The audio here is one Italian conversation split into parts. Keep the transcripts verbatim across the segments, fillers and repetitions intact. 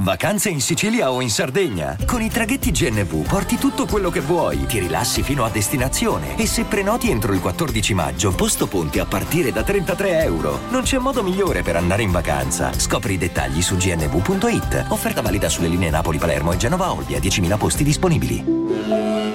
Vacanze in Sicilia o in Sardegna? Con i traghetti G N V porti tutto quello che vuoi, ti rilassi fino a destinazione e se prenoti entro il quattordici maggio, posto ponti a partire da trentatré euro. Non c'è modo migliore per andare in vacanza. Scopri i dettagli su g n v punto i t. Offerta valida sulle linee Napoli-Palermo e Genova-Olbia, diecimila posti disponibili.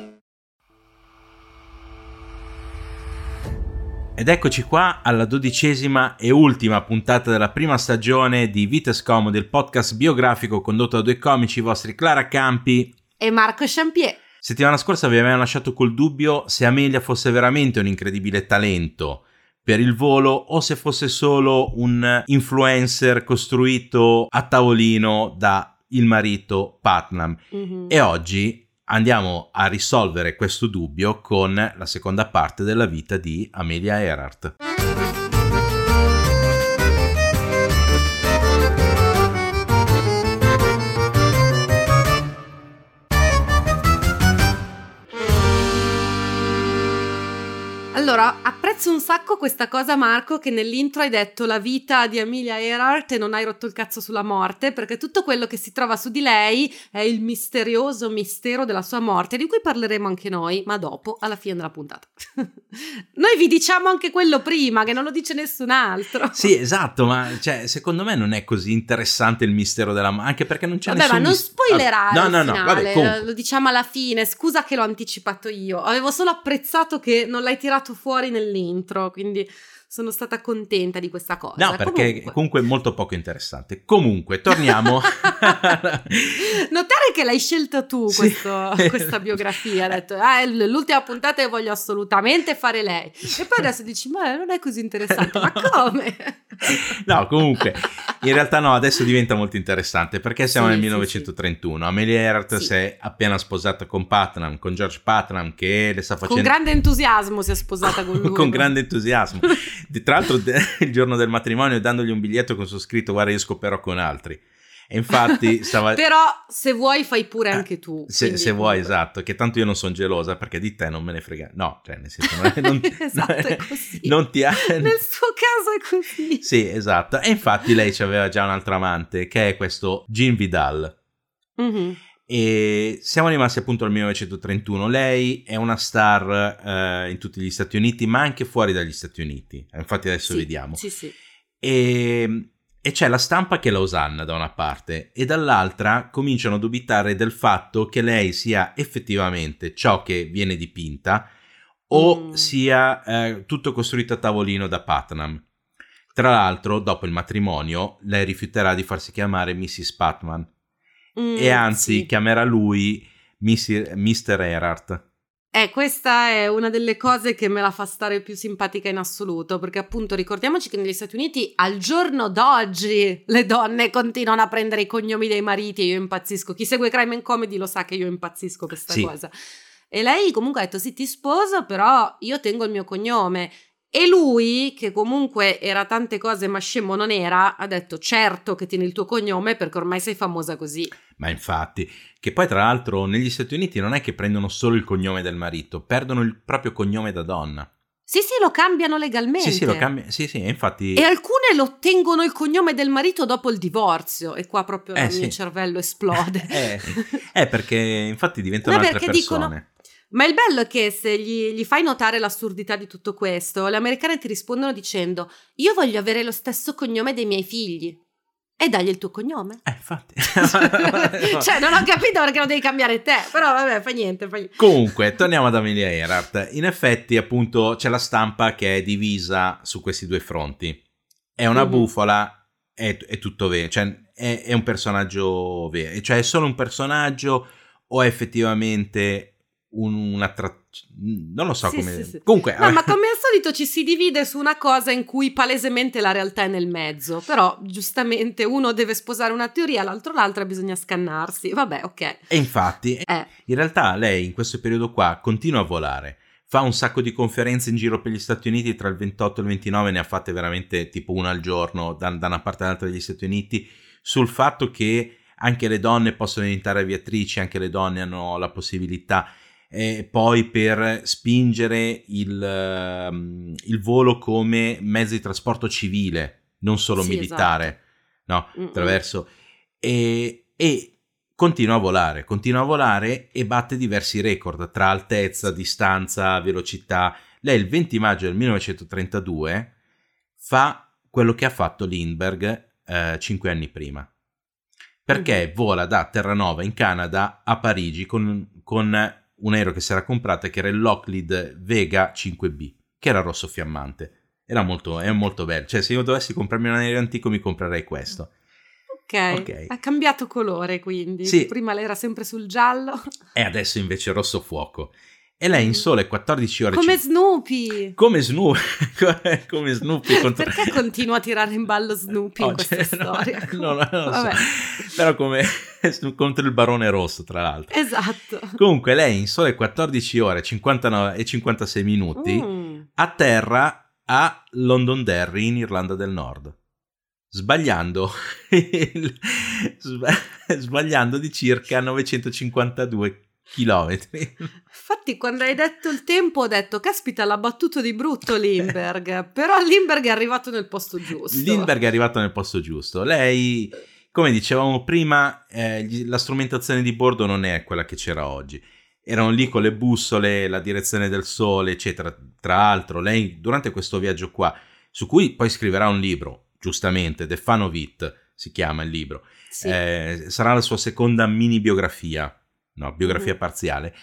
Ed eccoci qua alla dodicesima e ultima puntata della prima stagione di Vite Scomode, il podcast biografico condotto da due comici, i vostri Clara Campi e Marco Champier. Settimana scorsa vi avevamo lasciato col dubbio se Amelia fosse veramente un incredibile talento per il volo o se fosse solo un influencer costruito a tavolino da il marito Putnam. Mm-hmm. E oggi andiamo a risolvere questo dubbio con la seconda parte della vita di Amelia Earhart. Allora, apprezzo un sacco questa cosa, Marco, che nell'intro hai detto la vita di Amelia Earhart e non hai rotto il cazzo sulla morte, perché tutto quello che si trova su di lei è il misterioso mistero della sua morte, di cui parleremo anche noi, ma dopo, alla fine della puntata. Noi vi diciamo anche quello prima, che non lo dice nessun altro. Sì, esatto, ma cioè, secondo me non è così interessante il mistero della morte, anche perché non c'è vabbè, nessun... Vabbè, ma non mis- spoilerare ah, no, il no, finale, no, vabbè, lo, lo diciamo alla fine, scusa che l'ho anticipato io, avevo solo apprezzato che non l'hai tirato fuori nell'intro, quindi sono stata contenta di questa cosa. No, perché comunque, comunque è molto poco interessante. Comunque, torniamo. Notare che l'hai scelto tu, sì. questo, questa biografia. Hai detto, ah, l'ultima puntata io voglio assolutamente fare lei. E poi adesso dici, ma non è così interessante. No. Ma come? No, comunque, in realtà no, adesso diventa molto interessante, perché siamo sì, nel millenovecentotrentuno. Sì, sì. Amelia Earhart sì. si è appena sposata con Putnam, con George Putnam, che le sta facendo... Con grande entusiasmo si è sposata con lui. Con grande entusiasmo. Tra l'altro il giorno del matrimonio dandogli un biglietto con su scritto guarda io scopperò con altri e infatti stava però se vuoi fai pure anche tu se, quindi... se vuoi, esatto, che tanto io non sono gelosa perché di te non me ne frega, no, cioè nel senso non, non, esatto, non, è così. Non ti ha... nel suo caso è così, sì, esatto, e infatti lei aveva già un altro amante che è questo Jean Vidal. Mm-hmm. E siamo rimasti appunto al millenovecentotrentuno. Lei è una star eh, in tutti gli Stati Uniti, ma anche fuori dagli Stati Uniti. Infatti adesso sì, vediamo. Sì, sì. E, e c'è la stampa che la osanna da una parte e dall'altra cominciano a dubitare del fatto che lei sia effettivamente ciò che viene dipinta o mm. sia eh, tutto costruito a tavolino da Putnam. Tra l'altro, dopo il matrimonio, lei rifiuterà di farsi chiamare missus Putnam. Mm, e anzi sì. chiamerà lui mister Earhart. Eh, questa è una delle cose che me la fa stare più simpatica in assoluto, perché appunto ricordiamoci che negli Stati Uniti al giorno d'oggi le donne continuano a prendere i cognomi dei mariti e io impazzisco. Chi segue Crime and Comedy lo sa che io impazzisco per questa sì. cosa. E lei comunque ha detto sì, ti sposo, però io tengo il mio cognome. E lui, che comunque era tante cose ma scemo non era, ha detto certo che tieni il tuo cognome perché ormai sei famosa così. Ma infatti, che poi tra l'altro negli Stati Uniti non è che prendono solo il cognome del marito, perdono il proprio cognome da donna. Sì, sì, lo cambiano legalmente. Sì, sì, lo cambia, sì, sì, infatti... E alcune lo ottengono il cognome del marito dopo il divorzio e qua proprio eh, il sì. mio cervello esplode. eh, eh, perché infatti diventano no, altre persone. Dicono... Ma il bello è che se gli, gli fai notare l'assurdità di tutto questo, le americane ti rispondono dicendo io voglio avere lo stesso cognome dei miei figli. E dagli il tuo cognome. Eh, infatti. Cioè, non ho capito perché lo devi cambiare te, però vabbè, fa niente, fa niente. Comunque, torniamo ad Amelia Earhart. In effetti, appunto, c'è la stampa che è divisa su questi due fronti. È una mm-hmm. bufala, è, è tutto vero, cioè è, è un personaggio vero, cioè è solo un personaggio o è effettivamente... una tra... non lo so sì, come sì, sì. comunque no, ma come al solito ci si divide su una cosa in cui palesemente la realtà è nel mezzo, però giustamente uno deve sposare una teoria, l'altro l'altra, bisogna scannarsi, vabbè, ok. E infatti eh. in realtà lei in questo periodo qua continua a volare, fa un sacco di conferenze in giro per gli Stati Uniti, tra il ventotto e il ventinove ne ha fatte veramente tipo una al giorno da, da una parte all'altra degli Stati Uniti sul fatto che anche le donne possono diventare aviatrici, anche le donne hanno la possibilità. E poi per spingere il, uh, il volo come mezzo di trasporto civile, non solo sì, militare, esatto. no, attraverso e, e continua a volare, continua a volare e batte diversi record tra altezza, distanza, velocità. Lei il venti maggio del millenovecentotrentadue fa quello che ha fatto Lindbergh eh, cinque anni prima, perché mm-hmm. vola da Terranova in Canada a Parigi con, con un aereo che si era comprata, che era il Lockheed Vega cinque B, che era rosso fiammante. Era molto, è molto bello. Cioè, se io dovessi comprarmi un aereo antico mi comprerei questo. Ok, okay. Ha cambiato colore, quindi. Sì. Prima lei era sempre sul giallo. E adesso invece rosso fuoco. E lei in sole quattordici ore... Come c- Snoopy! Come Snoopy! come Snoopy contro... Perché continua a tirare in ballo Snoopy oh, in questa cioè, storia? No, no, no, Vabbè. So. Però come contro il Barone Rosso, tra l'altro. Esatto. Comunque lei in sole quattordici ore cinquantanove e cinquantasei minuti mm. atterra a Londonderry in Irlanda del Nord, sbagliando il, sbagliando di circa novecentocinquantadue chilometri. Infatti quando hai detto il tempo ho detto caspita, l'ha battuto di brutto Lindbergh. Però Lindbergh è arrivato nel posto giusto. Lindbergh è arrivato nel posto giusto. Lei, come dicevamo prima, eh, la strumentazione di bordo non è quella che c'era oggi. Erano lì con le bussole, la direzione del sole, eccetera. Tra l'altro, lei durante questo viaggio qua, su cui poi scriverà un libro, giustamente, The Fun of It si chiama il libro, sì. eh, sarà la sua seconda mini biografia, no, biografia mm. parziale.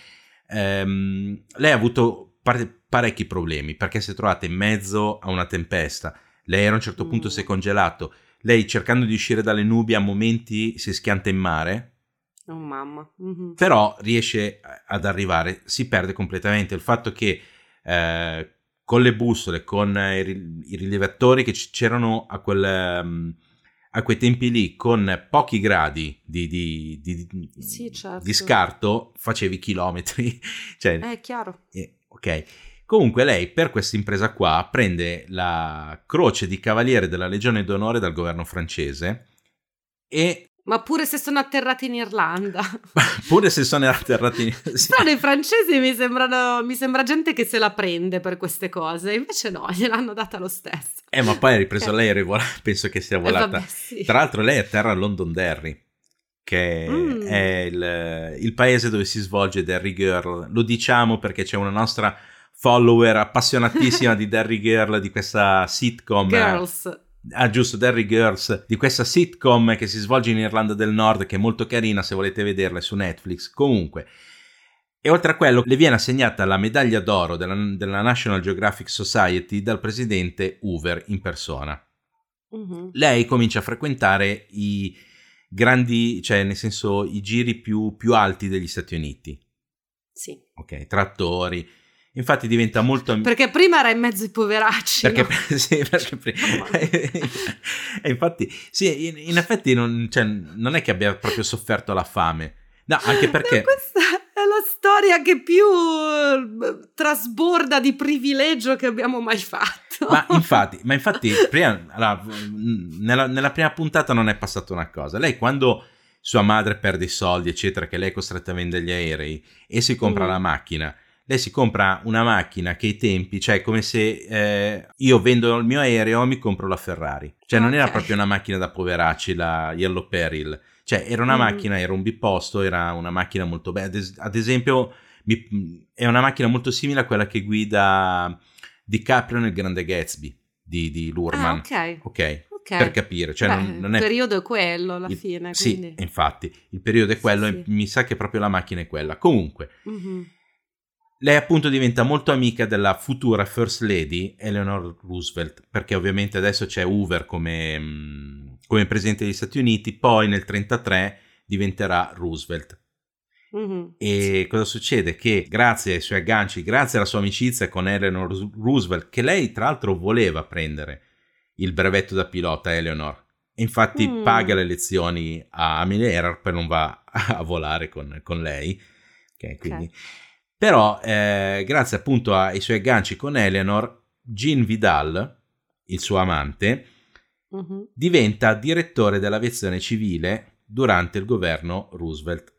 Ehm, lei ha avuto pare- parecchi problemi, perché si è trovata in mezzo a una tempesta. Lei a un certo mm. punto si è congelato. Lei, cercando di uscire dalle nubi, a momenti si schianta in mare. Oh mamma. Mm-hmm. Però riesce ad arrivare, si perde completamente. Il fatto che eh, con le bussole, con i, i rilevatori che c'erano a, quel, um, a quei tempi lì, con pochi gradi di, di, di, sì, certo. di scarto, facevi chilometri. Cioè, è chiaro. Eh, ok. Comunque lei per questa impresa qua prende la croce di cavaliere della Legione d'Onore dal governo francese e... Ma pure se sono atterrati in Irlanda. Pure se sono atterrati in Irlanda. Sì. Però i francesi mi sembrano, mi sembra gente che se la prende per queste cose, invece no, gliel'hanno data lo stesso. Eh, ma poi ha ripreso eh. lei e rivola, penso che sia volata. Eh, vabbè, sì. Tra l'altro lei atterra a Londonderry, che mm. è il, il paese dove si svolge Derry Girl. Lo diciamo perché c'è una nostra follower appassionatissima di Derry Girl, di questa sitcom. Girls. Ah, giusto, Derry Girls, di questa sitcom che si svolge in Irlanda del Nord, che è molto carina, se volete vederla, è su Netflix. Comunque, e oltre a quello le viene assegnata la medaglia d'oro della, della National Geographic Society dal presidente Hoover in persona. Mm-hmm. Lei comincia a frequentare i grandi, cioè nel senso i giri più, più alti degli Stati Uniti. Sì. Ok, trattori. Infatti diventa molto... Perché prima era in mezzo ai poveracci. Perché, no? sì, perché prima... e infatti, sì, in, in effetti non, cioè, non è che abbia proprio sofferto la fame. No, anche perché... No, questa è la storia che più trasborda di privilegio che abbiamo mai fatto. Ma infatti, ma infatti prima, allora, nella, nella prima puntata non è passata una cosa. Lei quando sua madre perde i soldi, eccetera, che lei è costretta a vendere gli aerei e si compra mm. la macchina... Lei si compra una macchina che ai tempi, cioè come se eh, io vendo il mio aereo e mi compro la Ferrari. Cioè non okay. era proprio una macchina da poveracci, la Yellow Peril. Cioè era una mm. macchina, era un biposto, era una macchina molto bella. Ad, es- ad esempio mi, è una macchina molto simile a quella che guida DiCaprio nel Grande Gatsby di, di Luhrmann. Ah, ok. Ok. Okay. Per capire, cioè Beh, non, non è... il periodo è quello alla il, fine. Sì, infatti, il periodo è quello sì, e sì. mi sa che proprio la macchina è quella. Comunque... Mm-hmm. Lei appunto diventa molto amica della futura First Lady Eleanor Roosevelt, perché ovviamente adesso c'è Hoover come, come presidente degli Stati Uniti, poi nel trentatré diventerà Roosevelt. Mm-hmm. E cosa succede? Che grazie ai suoi agganci, grazie alla sua amicizia con Eleanor Roosevelt, che lei tra l'altro voleva prendere il brevetto da pilota, Eleanor, e infatti mm. paga le lezioni a Amelia Earhart, non va a volare con, con lei. Okay, quindi... Okay. Però, eh, grazie appunto ai suoi agganci con Eleanor, Jean Vidal, il suo amante, uh-huh. diventa direttore dell'aviazione civile durante il governo Roosevelt.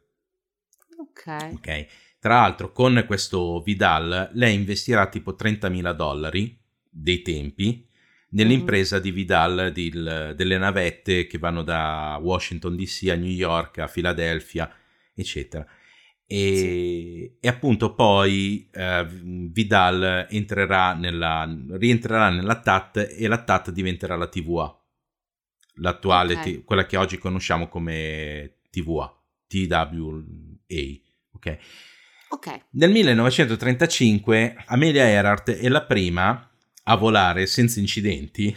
Ok. Ok. Tra l'altro, con questo Vidal, lei investirà tipo trentamila dollari dei tempi nell'impresa di Vidal di, delle navette che vanno da Washington D C a New York, a Filadelfia, eccetera. E, sì. e appunto poi eh, Vidal entrerà nella, rientrerà nella T A T e la T A T diventerà la T V A, l'attuale, okay. t- quella che oggi conosciamo come T V A, T W A, ok? Ok. Nel millenovecentotrentacinque Amelia Earhart è la prima a volare senza incidenti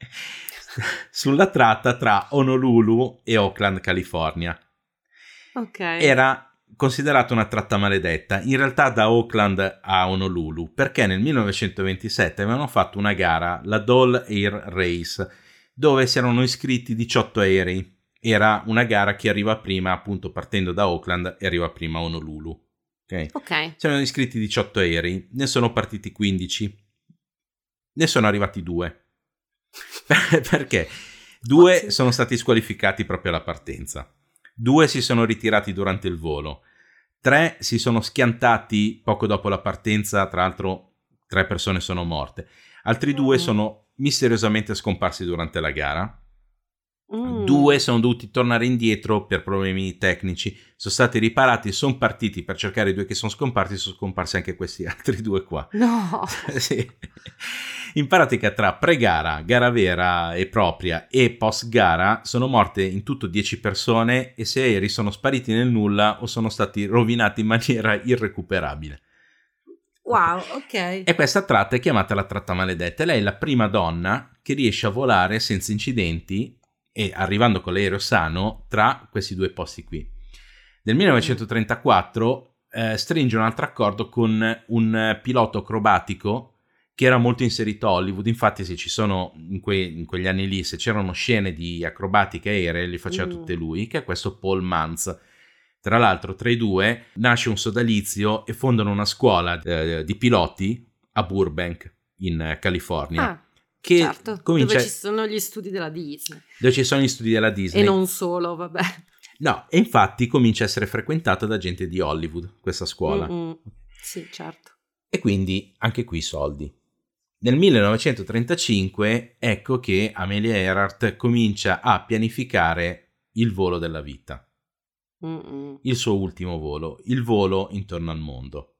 sulla tratta tra Honolulu e Oakland, California. Ok. Era considerata una tratta maledetta, in realtà da Oakland a Honolulu, perché nel millenovecentoventisette avevano fatto una gara, la Dole Air Race, dove si erano iscritti diciotto aerei. Era una gara che arriva prima, appunto partendo da Oakland, e arriva prima a Honolulu. Ok. Ok. Si erano iscritti diciotto aerei, ne sono partiti quindici, ne sono arrivati due. Perché? Due oh, sì. sono stati squalificati proprio alla partenza. Due si sono ritirati durante il volo, tre si sono schiantati poco dopo la partenza, tra l'altro tre persone sono morte, altri due mm. sono misteriosamente scomparsi durante la gara, mm. due sono dovuti tornare indietro per problemi tecnici, sono stati riparati, sono partiti per cercare i due che sono scomparsi, sono scomparsi anche questi altri due qua. No! Sì. In pratica tra pre-gara, gara vera e propria e post-gara sono morte in tutto dieci persone e sei aerei sono spariti nel nulla o sono stati rovinati in maniera irrecuperabile. Wow, ok. E questa tratta è chiamata la tratta maledetta. Lei è la prima donna che riesce a volare senza incidenti e arrivando con l'aereo sano tra questi due posti qui. Nel millenovecentotrentaquattro eh, stringe un altro accordo con un pilota acrobatico che era molto inserito a Hollywood. Infatti se ci sono in, que- in quegli anni lì, se c'erano scene di acrobatica aeree, le faceva mm. tutte lui, che è questo Paul Manz. Tra l'altro tra i due nasce un sodalizio e fondano una scuola eh, di piloti a Burbank in California. Ah, che certo, comincia... dove ci sono gli studi della Disney. Dove ci sono gli studi della Disney. E non solo, vabbè. No, e infatti comincia a essere frequentata da gente di Hollywood, questa scuola. Mm-mm. Sì, certo. E quindi anche qui soldi. Nel millenovecentotrentacinque ecco che Amelia Earhart comincia a pianificare il volo della vita. Mm-mm. Il suo ultimo volo, il volo intorno al mondo.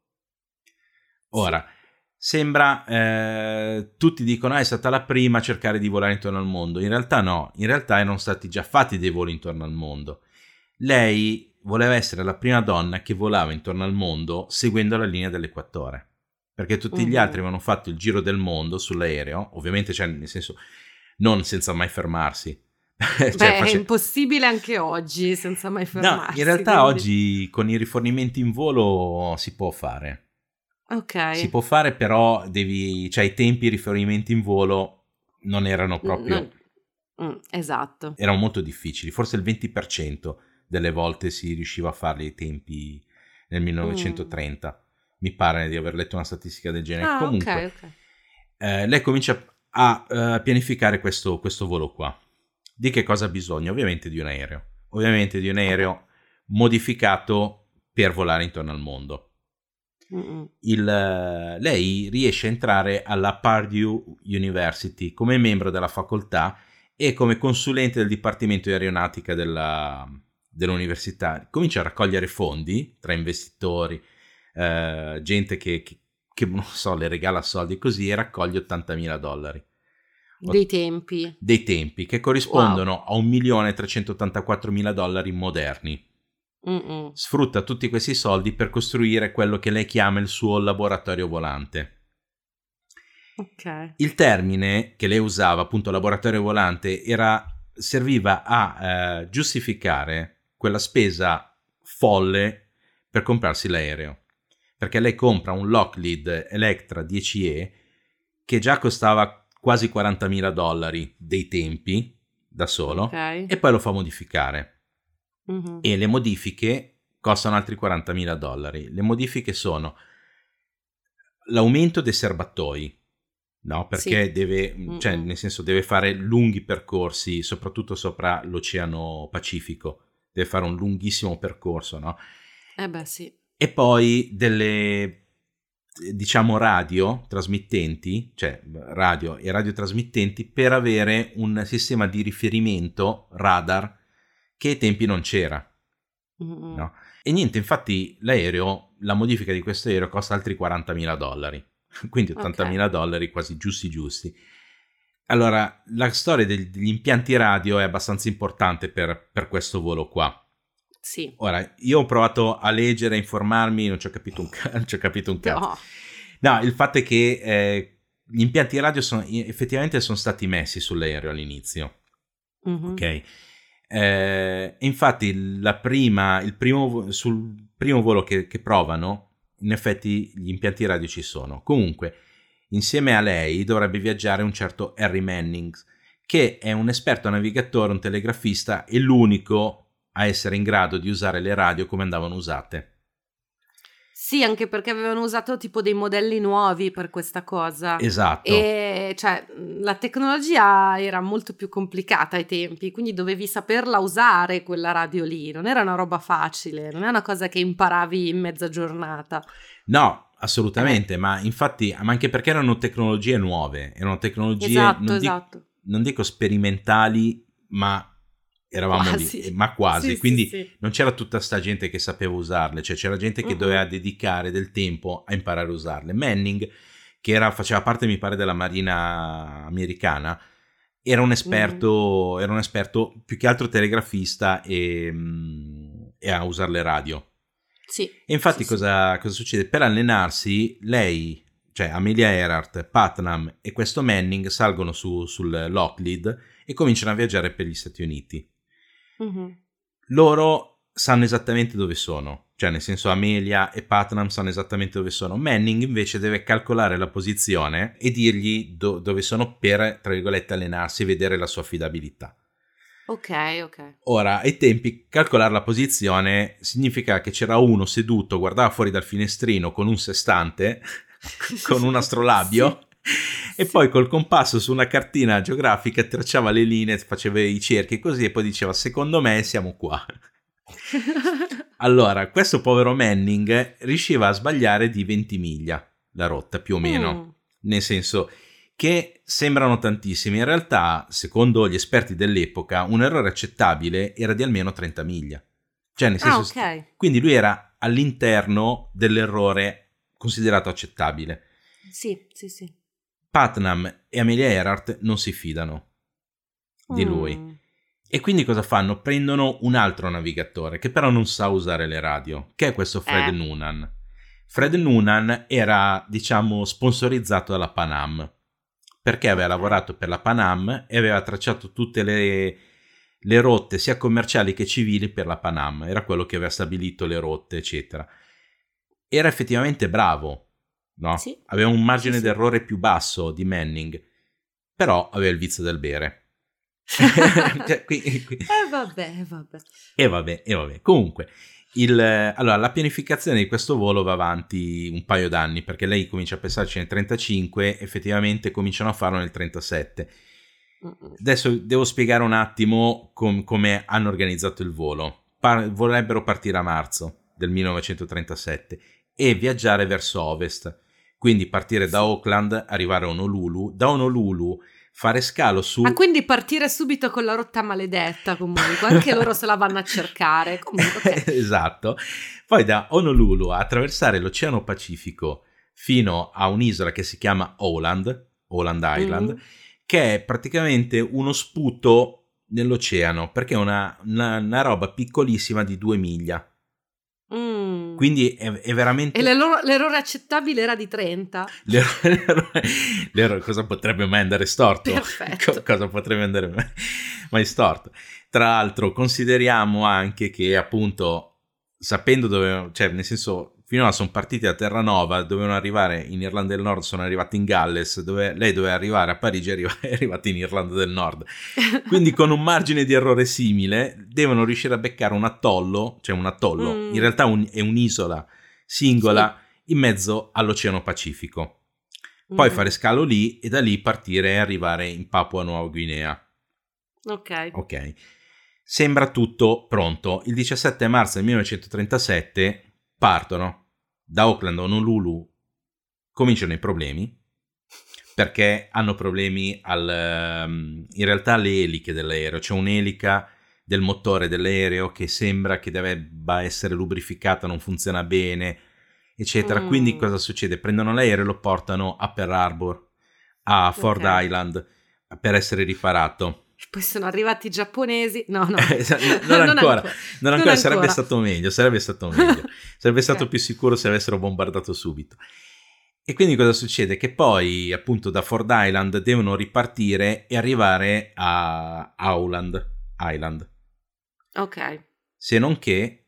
Ora, sì. sembra, eh, tutti dicono, ah, è stata la prima a cercare di volare intorno al mondo. In realtà no, in realtà erano stati già fatti dei voli intorno al mondo. Lei voleva essere la prima donna che volava intorno al mondo seguendo la linea dell'equatore. Perché tutti gli altri avevano fatto il giro del mondo sull'aereo, ovviamente, cioè, nel senso, non senza mai fermarsi. Beh, cioè, face... è impossibile anche oggi, senza mai fermarsi. No, in realtà quindi... oggi con i rifornimenti in volo si può fare. Ok. Si può fare, però devi, cioè i tempi rifornimenti in volo non erano proprio... Non... Mm, esatto. Erano molto difficili, forse il venti per cento delle volte si riusciva a fare i tempi nel millenovecentotrenta. Mm. Mi pare di aver letto una statistica del genere. Ah, Comunque, okay, okay. Eh, lei comincia a uh, pianificare questo, questo volo qua. Di che cosa ha bisogno? Ovviamente di un aereo. Ovviamente di un aereo modificato per volare intorno al mondo. Il, uh, lei riesce a entrare alla Purdue University come membro della facoltà e come consulente del Dipartimento di Aeronautica della, dell'università. Comincia a raccogliere fondi tra investitori, Uh, gente che, che, che non so, le regala soldi così e raccoglie ottantamila dollari dei tempi dei tempi che corrispondono wow. a un milione trecentottantaquattromila dollari moderni. Mm-mm. Sfrutta tutti questi soldi per costruire quello che lei chiama il suo laboratorio volante. Okay. Il termine che lei usava, appunto laboratorio volante, era serviva a uh, giustificare quella spesa folle per comprarsi l'aereo. Perché lei compra un Lockheed Electra dieci E che già costava quasi quarantamila dollari dei tempi da solo, okay. e poi lo fa modificare. Mm-hmm. E le modifiche costano altri quarantamila dollari. Le modifiche sono l'aumento dei serbatoi, no? Perché sì. deve, mm-hmm. cioè nel senso deve fare lunghi percorsi, soprattutto sopra l'Oceano Pacifico. Deve fare un lunghissimo percorso, no? Eh beh, sì. E poi delle diciamo radio trasmittenti, cioè radio e radiotrasmittenti, per avere un sistema di riferimento radar che ai tempi non c'era. Mm-hmm. No? E niente, infatti l'aereo, la modifica di questo aereo costa altri quarantamila dollari, quindi ottantamila okay. dollari quasi giusti giusti. Allora, la storia degli impianti radio è abbastanza importante per, per questo volo qua. Sì. Ora, io ho provato a leggere, a informarmi, non ci ho capito un, ca- non ci ho capito un cazzo. No. no, il fatto è che eh, gli impianti radio sono, effettivamente sono stati messi sull'aereo all'inizio. Mm-hmm. Ok. Eh, infatti, la prima, il primo, sul primo volo che, che provano, in effetti gli impianti radio ci sono. Comunque, insieme a lei dovrebbe viaggiare un certo Harry Manning, che è un esperto navigatore, un telegrafista e l'unico a essere in grado di usare le radio come andavano usate. Sì, anche perché avevano usato tipo dei modelli nuovi per questa cosa. Esatto. E cioè la tecnologia era molto più complicata ai tempi, quindi dovevi saperla usare quella radio lì, non era una roba facile, non è una cosa che imparavi in mezza giornata. No, assolutamente, eh. ma infatti, ma anche perché erano tecnologie nuove, erano tecnologie esatto, non, esatto. Dico, non dico sperimentali, ma eravamo quasi. lì, ma quasi, sì, quindi sì, sì. non c'era tutta sta gente che sapeva usarle, cioè c'era gente che uh-huh. doveva dedicare del tempo a imparare a usarle. Manning, che era, faceva parte mi pare della marina americana, era un esperto, uh-huh. era un esperto più che altro telegrafista e, e a usare le radio. Sì. E infatti sì, cosa, sì. cosa succede? Per allenarsi lei, cioè Amelia Earhart, Putnam e questo Manning salgono su, sul Lockheed e cominciano a viaggiare per gli Stati Uniti. Mm-hmm. Loro sanno esattamente dove sono, cioè nel senso Amelia e Putnam sanno esattamente dove sono. Manning invece deve calcolare la posizione e dirgli do- dove sono per, tra virgolette, allenarsi e vedere la sua affidabilità. Ok, ok. Ora, ai tempi, calcolare la posizione significa che c'era uno seduto, guardava fuori dal finestrino con un sestante, con un astrolabio, sì. e sì. poi col compasso su una cartina geografica tracciava le linee, faceva i cerchi così e poi diceva secondo me siamo qua. Allora, questo povero Manning riusciva a sbagliare di venti miglia la rotta più o meno, mm. nel senso che sembrano tantissimi, in realtà secondo gli esperti dell'epoca un errore accettabile era di almeno trenta miglia, cioè nel senso ah, okay. st- quindi lui era all'interno dell'errore considerato accettabile. Sì, sì, sì. Putnam e Amelia Earhart non si fidano di lui mm. e quindi cosa fanno? Prendono un altro navigatore che però non sa usare le radio, che è questo Fred eh. Noonan. Fred Noonan era, diciamo, sponsorizzato dalla Pan Am perché aveva okay. lavorato per la Pan Am e aveva tracciato tutte le, le rotte sia commerciali che civili per la Pan Am, era quello che aveva stabilito le rotte eccetera. Era effettivamente bravo, no? Sì. Aveva un margine sì, d'errore sì. più basso di Manning, però aveva il vizio del bere. cioè, qui, qui. E vabbè, vabbè. E vabbè, e vabbè. Comunque, il, allora, la pianificazione di questo volo va avanti un paio d'anni, perché lei comincia a pensarci nel trentacinque, effettivamente cominciano a farlo nel trentasette. Mm-mm. Adesso devo spiegare un attimo com- come hanno organizzato il volo. Par- vorrebbero partire a marzo del millenovecentotrentasette e viaggiare verso ovest, quindi partire da Auckland, arrivare a Honolulu, da Honolulu fare scalo su... Ah, quindi partire subito con la rotta maledetta comunque, anche loro se la vanno a cercare. Comunque, okay. Esatto. Poi da Honolulu a attraversare l'Oceano Pacifico fino a un'isola che si chiama Howland, Howland Island, mm. che è praticamente uno sputo nell'oceano, perché è una, una, una roba piccolissima di due miglia. Mm. Quindi è, è veramente... E l'errore, l'errore accettabile era di trenta. L'errore, l'errore, l'errore, cosa potrebbe mai andare storto? Perfetto. Co- cosa potrebbe andare mai, mai storto? Tra l'altro consideriamo anche che appunto sapendo dove, cioè nel senso finora sono partiti da Terranova, dovevano arrivare in Irlanda del Nord, sono arrivati in Galles, dove lei doveva arrivare a Parigi, è arrivata, è arrivata in Irlanda del Nord. Quindi con un margine di errore simile devono riuscire a beccare un atollo, cioè un atollo, mm. in realtà un, è un'isola singola sì. in mezzo all'Oceano Pacifico. Poi mm. fare scalo lì e da lì partire e arrivare in Papua Nuova Guinea. Ok. Ok. Sembra tutto pronto. Il diciassette marzo del millenovecentotrentasette partono da Auckland a Honolulu cominciano i problemi, perché hanno problemi al, in realtà alle eliche dell'aereo. C'è un'elica del motore dell'aereo che sembra che debba essere lubrificata, non funziona bene, eccetera. Mm. Quindi cosa succede? Prendono l'aereo e lo portano a Pearl Harbor, a Ford okay. Island, per essere riparato. Poi sono arrivati i giapponesi. No, no. non, non, non ancora, ancora. Non ancora. Sarebbe stato meglio, sarebbe stato meglio. Sarebbe stato okay. più sicuro se avessero bombardato subito. E quindi cosa succede? Che poi appunto da Ford Island devono ripartire e arrivare a Howland Island. Ok. Se non che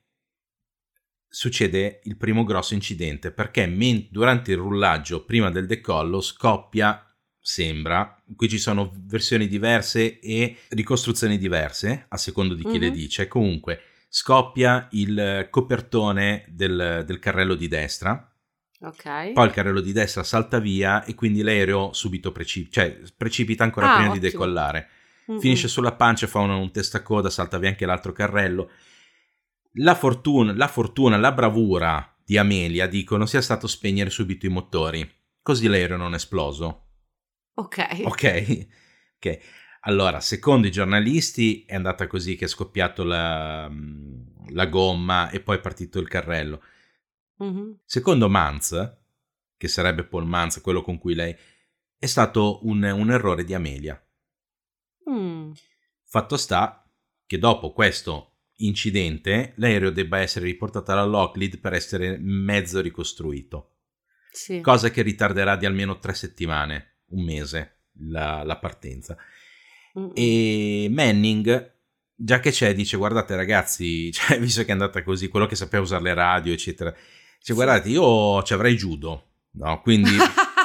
succede il primo grosso incidente, perché men- durante il rullaggio, prima del decollo, scoppia, sembra, qui ci sono versioni diverse e ricostruzioni diverse, a secondo di chi mm-hmm. le dice, comunque scoppia il copertone del, del carrello di destra. Okay. Poi il carrello di destra salta via e quindi l'aereo subito precip- cioè, precipita ancora ah, prima ottimo. di decollare. Mm-mm. Finisce sulla pancia, fa un, un testacoda, salta via anche l'altro carrello. La fortuna, la fortuna, la bravura di Amelia, dicono, sia stato spegnere subito i motori. Così l'aereo non è esploso. Ok. Ok. Ok. Allora, secondo i giornalisti è andata così, che è scoppiato la, la gomma e poi è partito il carrello. Mm-hmm. Secondo Manz, che sarebbe Paul Manz, quello con cui lei, è stato un, un errore di Amelia. Mm. Fatto sta che dopo questo incidente l'aereo debba essere riportato alla Lockheed per essere mezzo ricostruito. Sì. Cosa che ritarderà di almeno tre settimane, un mese, la, la partenza. Mm-mm. E Manning, già che c'è, dice: guardate ragazzi, cioè, visto che è andata così, quello che sapeva usare le radio eccetera, dice: sì. guardate, io ci avrei judo, no? Quindi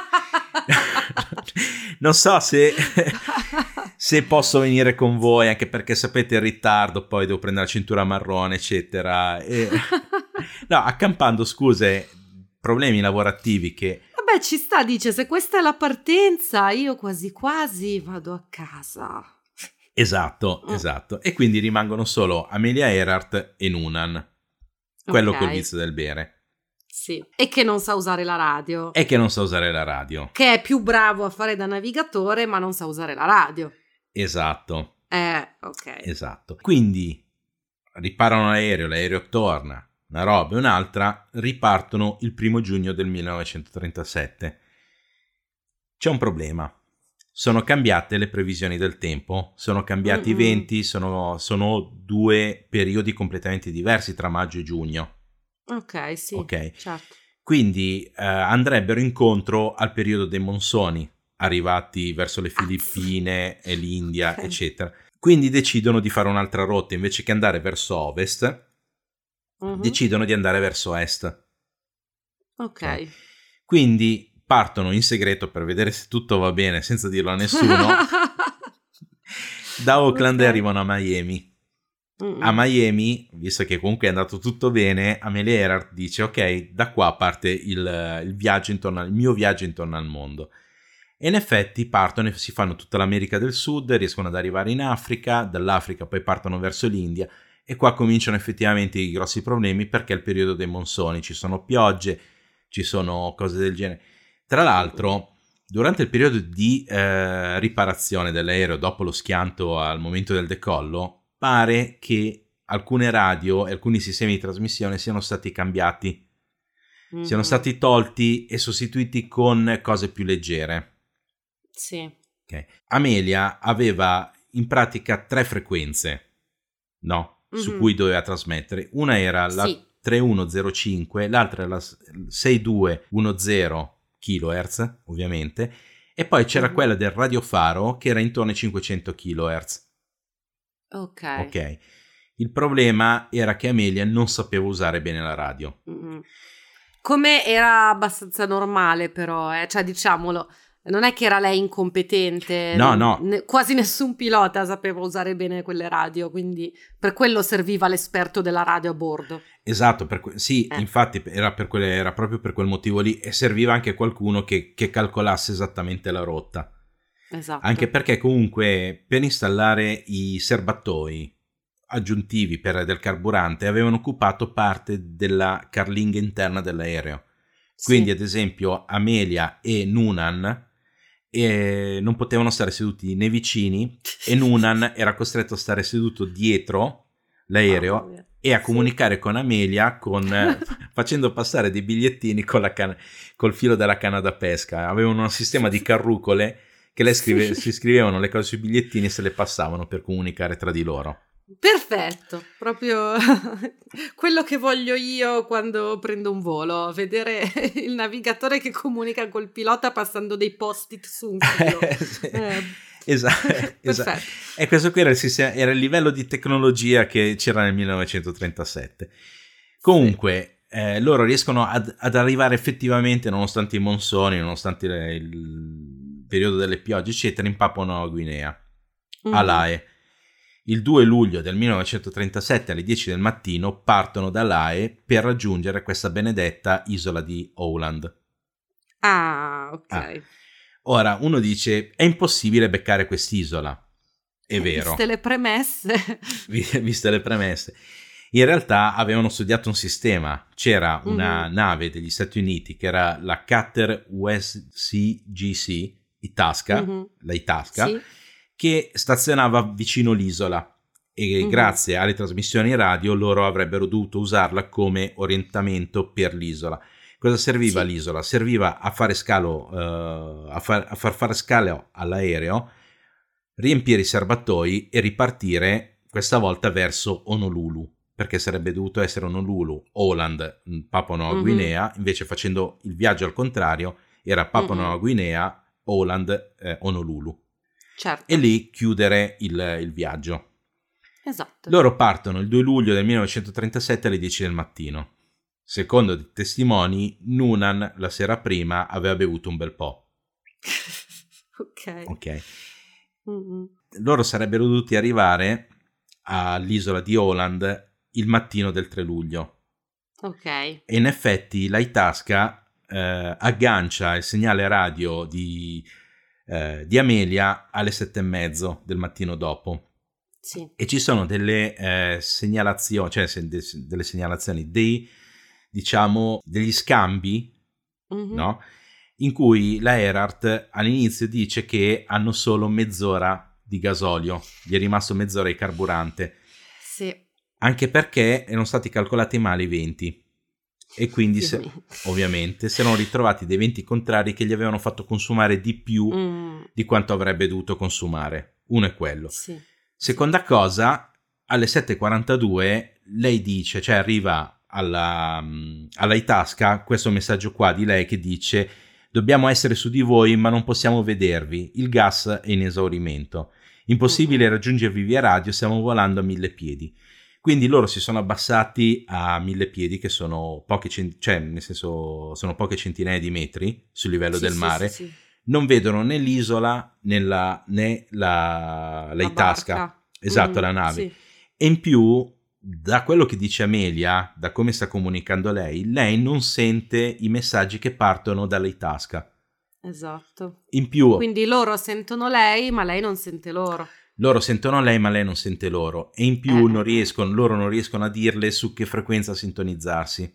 non so se se posso venire con voi, anche perché sapete il ritardo, poi devo prendere la cintura marrone eccetera. E no, accampando scuse, problemi lavorativi che vabbè, ci sta, dice: se questa è la partenza io quasi quasi vado a casa. Esatto, mm. esatto. E quindi rimangono solo Amelia Earhart e Noonan, quello okay. col vizio del bere. Sì, e che non sa usare la radio. E che non sa usare la radio. Che è più bravo a fare da navigatore, ma non sa usare la radio. Esatto. Eh, ok. Esatto. Quindi riparano l'aereo, l'aereo torna, una roba e un'altra, ripartono il primo giugno del millenovecentotrentasette. C'è un problema. Sono cambiate le previsioni del tempo, sono cambiati mm-hmm. i venti, sono, sono due periodi completamente diversi tra maggio e giugno. Ok, sì, okay. certo. Quindi eh, andrebbero incontro al periodo dei monsoni, arrivati verso le Filippine e l'India, okay. eccetera. Quindi decidono di fare un'altra rotta, invece che andare verso ovest, mm-hmm. decidono di andare verso est. Ok. okay. Quindi partono in segreto per vedere se tutto va bene, senza dirlo a nessuno. Da Auckland okay. arrivano a Miami. Mm-mm. A Miami, visto che comunque è andato tutto bene, Amelia Earhart dice: ok, da qua parte il, il viaggio intorno al il mio viaggio intorno al mondo. E in effetti partono e si fanno tutta l'America del Sud, riescono ad arrivare in Africa, dall'Africa poi partono verso l'India, e qua cominciano effettivamente i grossi problemi, perché è il periodo dei monsoni, ci sono piogge, ci sono cose del genere. Tra l'altro, durante il periodo di eh, riparazione dell'aereo, dopo lo schianto al momento del decollo, pare che alcune radio e alcuni sistemi di trasmissione siano stati cambiati, mm-hmm. siano stati tolti e sostituiti con cose più leggere. Sì. Okay. Amelia aveva in pratica tre frequenze, no? Mm-hmm. Su cui doveva trasmettere. Una era la sì. trentuno zero cinque, l'altra era la sessantaduecento kilohertz, ovviamente, e poi c'era mm-hmm. quella del radiofaro che era intorno ai cinquecento kilohertz. Ok. Ok. Il problema era che Amelia non sapeva usare bene la radio. Mm-hmm. Come era abbastanza normale, però, eh? Cioè, diciamolo, non è che era lei incompetente. No, no. Ne- quasi nessun pilota sapeva usare bene quelle radio, quindi per quello serviva l'esperto della radio a bordo. Esatto, per que- sì, eh. infatti era, per que- era proprio per quel motivo lì, e serviva anche qualcuno che, che calcolasse esattamente la rotta. Esatto. Anche perché comunque per installare i serbatoi aggiuntivi per del carburante avevano occupato parte della carlinga interna dell'aereo, Quindi Sì. ad esempio Amelia e Noonan eh, non potevano stare seduti né vicini e Noonan era costretto a stare seduto dietro Mamma l'aereo mia. e a Sì. comunicare con Amelia con, eh, facendo passare dei bigliettini con la canna, col filo della canna da pesca. Avevano un sistema di carrucole che lei scrive, Sì. si scrivevano le cose sui bigliettini e se le passavano per comunicare tra di loro. Perfetto, proprio quello che voglio io quando prendo un volo, vedere il navigatore che comunica col pilota passando dei post-it su un filo. Sì. Eh, Esatto, esatto. Perfetto. E questo qui era il, sistema, era il livello di tecnologia che c'era nel millenovecentotrentasette. Comunque, sì. eh, loro riescono ad, ad arrivare effettivamente, nonostante i monsoni, nonostante il periodo delle piogge, eccetera, in Papua Nuova Guinea, Mm. a Lae. Il due luglio del millenovecentotrentasette alle dieci del mattino partono da Lae per raggiungere questa benedetta isola di Owland. Ah, ok. Ah. Ora, uno dice, è impossibile beccare quest'isola. È vero. Viste le premesse. Viste le premesse. In realtà avevano studiato un sistema. C'era una Mm-hmm. nave degli Stati Uniti che era la Cutter U S C G C, Itasca, Mm-hmm. la Itasca, Sì. che stazionava vicino l'isola e Mm-hmm. grazie alle trasmissioni radio loro avrebbero dovuto usarla come orientamento per l'isola. Cosa serviva Sì. l'isola? Serviva a fare scalo, uh, a, far, a far fare scalo all'aereo, riempire i serbatoi e ripartire questa volta verso Honolulu, perché sarebbe dovuto essere Honolulu, Owland, Papua Nuova Mm-hmm. Guinea, invece facendo il viaggio al contrario era Papua Mm-hmm. Nuova Guinea, Owland, eh, Honolulu. Certo. E lì chiudere il, il viaggio. Esatto. Loro partono il due luglio del millenovecentotrentasette alle dieci del mattino. Secondo i testimoni, Noonan la sera prima aveva bevuto un bel po'. Ok. Ok. Mm-hmm. Loro sarebbero dovuti arrivare all'isola di Owland il mattino del tre luglio. Ok. E in effetti la Itasca eh, aggancia il segnale radio di, eh, di Amelia alle sette e mezzo del mattino dopo. Sì. E ci sono delle eh, segnalazioni, cioè se, de, delle segnalazioni, dei, diciamo, degli scambi, Mm-hmm. no? In cui la Erhardt all'inizio dice che hanno solo mezz'ora di gasolio, gli è rimasto mezz'ora di carburante. Sì. Anche perché erano stati calcolati male i venti e quindi se, ovviamente si erano ritrovati dei venti contrari che gli avevano fatto consumare di più Mm. di quanto avrebbe dovuto consumare. Uno è quello. Sì. Seconda cosa, alle sette e quarantadue lei dice, cioè arriva alla, alla Itasca questo messaggio qua di lei che dice: dobbiamo essere su di voi ma non possiamo vedervi, il gas è in esaurimento, impossibile Mm-hmm. raggiungervi via radio, stiamo volando a mille piedi. Quindi loro si sono abbassati a mille piedi, che sono poche, cent- cioè nel senso sono poche centinaia di metri sul livello Sì, del sì, mare. sì, sì. Non vedono né l'isola né la, né la, la La Itasca, barca. esatto, Mm, la nave. sì. E in più, da quello che dice Amelia, da come sta comunicando lei, lei non sente i messaggi che partono dall'Itasca. Esatto. In più, Quindi loro sentono lei, ma lei non sente loro. loro sentono lei, ma lei non sente loro. E in più Eh, non eh, riescono, loro non riescono a dirle su che frequenza sintonizzarsi.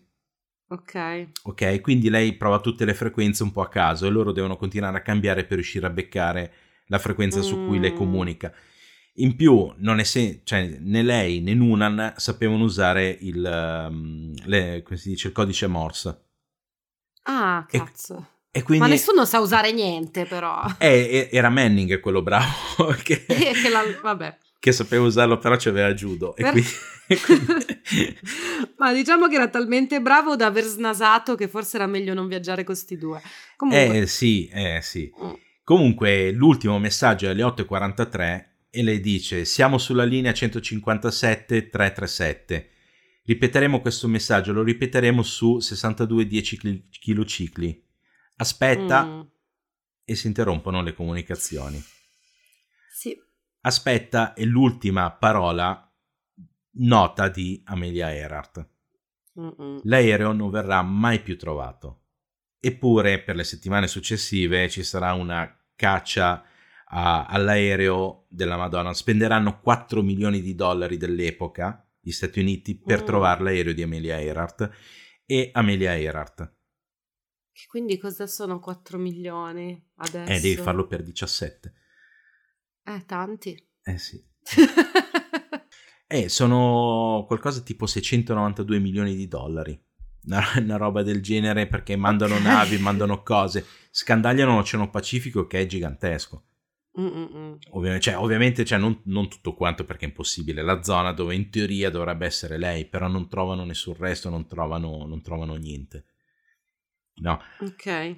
Ok. Ok, quindi lei prova tutte le frequenze un po' a caso e loro devono continuare a cambiare per riuscire a beccare la frequenza su cui lei Mm. comunica. In più, non è se- cioè, né lei né Noonan sapevano usare il, um, le- come si dice, il codice Morse. Ah, E- cazzo. E quindi Ma nessuno sa usare niente, però. eh, era Manning quello bravo che, che la, vabbè. che sapeva usarlo, però c'aveva judo. E Per- quindi, e quindi- Ma diciamo che era talmente bravo da aver snasato che forse era meglio non viaggiare con sti due. Comunque. eh sì, eh sì. Mm. Comunque l'ultimo messaggio è alle otto e quarantatré e lei dice: siamo sulla linea centocinquantasette trecentotrentasette. Ripeteremo questo messaggio, lo ripeteremo su sessantadue dieci kilocicli. Aspetta, Mm. e si interrompono le comunicazioni. Sì. Aspetta è l'ultima parola nota di Amelia Earhart. Mm-mm. L'aereo non verrà mai più trovato. Eppure per le settimane successive ci sarà una caccia a, all'aereo della Madonna. Spenderanno quattro milioni di dollari dell'epoca gli Stati Uniti per Mm. trovare l'aereo di Amelia Earhart e Amelia Earhart. Che quindi cosa sono quattro milioni adesso? Eh, devi farlo per diciassette. Eh, tanti. Eh sì. Eh, sono qualcosa tipo seicentonovantadue milioni di dollari. Una, una roba del genere, perché mandano Okay. navi, mandano cose, scandagliano l'Oceano Pacifico, che è gigantesco. Mm-mm. Ovviamente, cioè, ovviamente cioè, non, non tutto quanto, perché è impossibile. La zona dove in teoria dovrebbe essere lei, però non trovano nessun resto, non trovano, non trovano niente. No. Ok.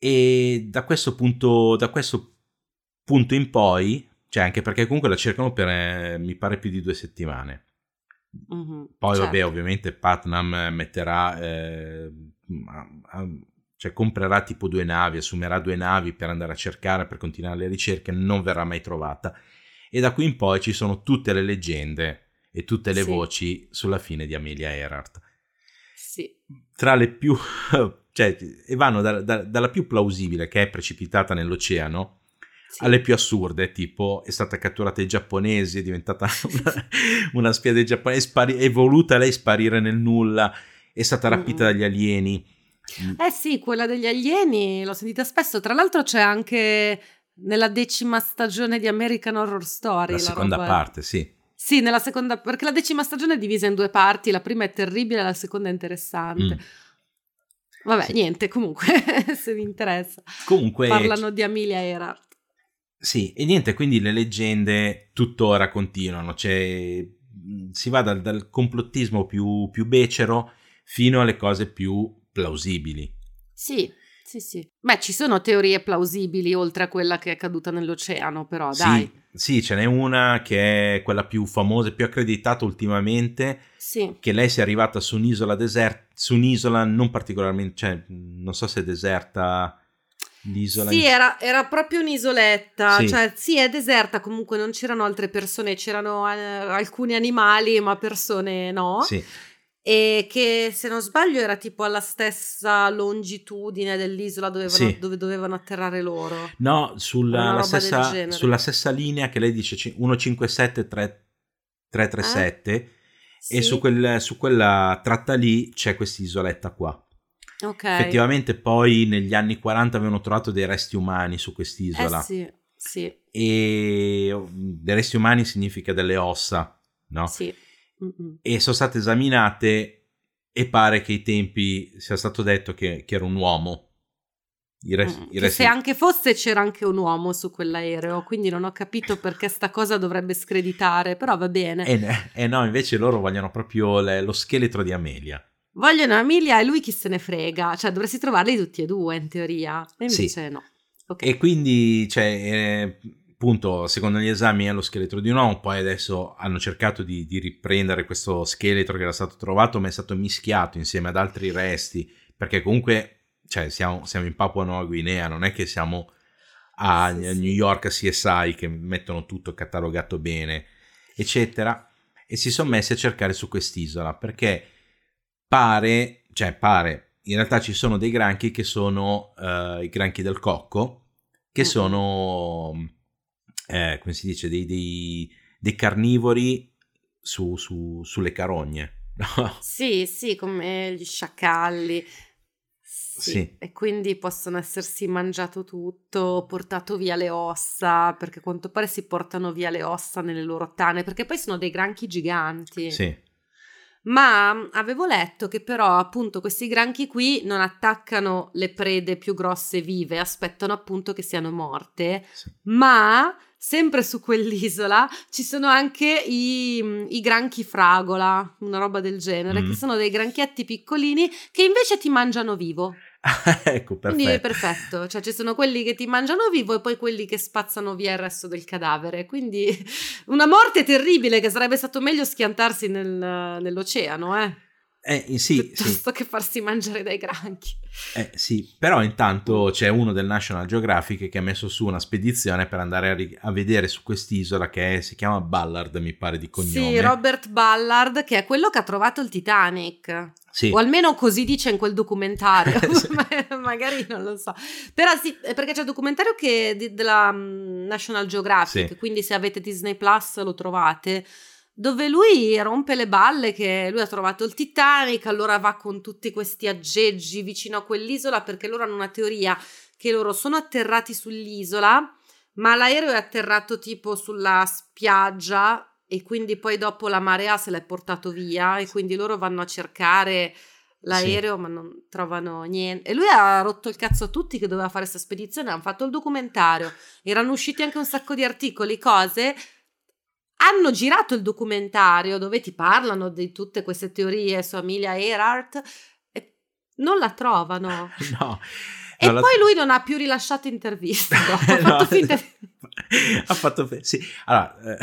E da questo punto, da questo punto in poi, cioè anche perché comunque la cercano per, eh, mi pare, più di due settimane. Mm-hmm. Poi Certo. vabbè, ovviamente Putnam metterà, eh, a- a- cioè comprerà tipo due navi, assumerà due navi per andare a cercare, per continuare le ricerche, non verrà mai trovata. E da qui in poi ci sono tutte le leggende e tutte le Sì. voci sulla fine di Amelia Earhart. Sì. Tra le più, cioè, e vanno da- da- dalla più plausibile, che è precipitata nell'oceano, Sì. alle più assurde, tipo è stata catturata dai giapponesi, è diventata una, una spia dei giapponesi, spari- è voluta lei sparire nel nulla, è stata rapita Mm-mm. dagli alieni. Eh sì, quella degli alieni l'ho sentita spesso. Tra l'altro c'è anche nella decima stagione di American Horror Story. La seconda roba- parte, sì. Sì, nella seconda, perché la decima stagione è divisa in due parti, la prima è terribile, la seconda è interessante. Mm. Vabbè, Sì. niente, comunque, se vi interessa. Comunque, Parlano di Amelia Earhart. sì, e niente, quindi le leggende tuttora continuano, cioè mh, si va dal, dal complottismo più, più becero fino alle cose più plausibili. Sì, sì, sì. Beh, ci sono teorie plausibili oltre a quella che è caduta nell'oceano, però dai. Sì, sì, ce n'è una che è quella più famosa e più accreditata ultimamente, Sì. che lei sia arrivata su un'isola deserta, su un'isola non particolarmente, cioè non so se è deserta l'isola. Sì, in- era, era proprio un'isoletta, Sì. cioè sì, è deserta, comunque non c'erano altre persone, c'erano eh, alcuni animali, ma persone no. Sì, E che se non sbaglio era tipo alla stessa longitudine dell'isola dove, Sì. dove dovevano atterrare loro. no, Una sulla, la roba del stessa, genere. sulla stessa linea che lei dice ci- uno cinque sette tre tre tre sette Eh? e Sì? su, quel- su quella tratta lì c'è quest'isoletta qua. Ok. Effettivamente poi negli anni quaranta avevano trovato dei resti umani su Eh quest'isola. sì, sì, E oh, dei resti umani significa delle ossa, no? sì. Mm-mm. E sono state esaminate e pare che ai tempi sia stato detto che, che era un uomo. I res- Mm, i che resti- se anche fosse c'era anche un uomo su quell'aereo, quindi non ho capito perché sta cosa dovrebbe screditare, però va bene. Eh, eh no, invece loro vogliono proprio le- lo scheletro di Amelia. Vogliono Amelia e lui chi se ne frega, cioè dovresti trovarli tutti e due in teoria, e Sì. invece no. Ok. E quindi, cioè, eh, appunto, secondo gli esami è lo scheletro di un uomo, poi adesso hanno cercato di, di riprendere questo scheletro che era stato trovato, ma è stato mischiato insieme ad altri resti, perché comunque, cioè, siamo, siamo in Papua Nuova Guinea, non è che siamo a, Sì, a sì. New York a C S I che mettono tutto catalogato bene, eccetera, e si sono messi a cercare su quest'isola, perché pare, cioè pare, in realtà ci sono dei granchi che sono eh, i granchi del cocco, che Mm-mm. sono, eh, come si dice, dei, dei, dei carnivori su, su- sulle carogne. No? Sì, sì, come gli sciacalli. Sì, Sì. e quindi possono essersi mangiato tutto, portato via le ossa, perché a quanto pare si portano via le ossa nelle loro tane, perché poi sono dei granchi giganti. Sì, Ma mh, avevo letto che però appunto questi granchi qui non attaccano le prede più grosse vive, aspettano appunto che siano morte, sì. ma sempre su quell'isola ci sono anche i, mh, i granchi fragola, una roba del genere, Mm. che sono dei granchietti piccolini che invece ti mangiano vivo. Ecco, Quindi è perfetto. perfetto, cioè ci sono quelli che ti mangiano vivo e poi quelli che spazzano via il resto del cadavere, quindi una morte terribile che sarebbe stato meglio schiantarsi nel- nell'oceano, eh, Eh, sì, sì. piuttosto che farsi mangiare dai granchi. Eh, sì, però intanto c'è uno del National Geographic che ha messo su una spedizione per andare a, ri- a vedere su quest'isola che è- si chiama Ballard, mi pare di cognome. Sì, Robert Ballard, che è quello che ha trovato il Titanic. Sì. O almeno così dice in quel documentario, Sì. Ma- magari non lo so. Però sì, è perché c'è il documentario che di- della mm, National Geographic, Sì. quindi se avete Disney Plus lo trovate. dove lui rompe le balle che lui ha trovato il Titanic, allora va con tutti questi aggeggi vicino a quell'isola, perché loro hanno una teoria che loro sono atterrati sull'isola, ma l'aereo è atterrato tipo sulla spiaggia e quindi poi dopo la marea se l'è portato via e quindi loro vanno a cercare l'aereo sì. ma non trovano niente, e lui ha rotto il cazzo a tutti che doveva fare questa spedizione. Hanno fatto il documentario, erano usciti anche un sacco di articoli, cose, hanno girato il documentario dove ti parlano di tutte queste teorie su Amelia Earhart e non la trovano. No. E no, poi la... lui non ha più rilasciato interviste. No, ha fatto no, finta di... ha fatto sì. Allora, eh,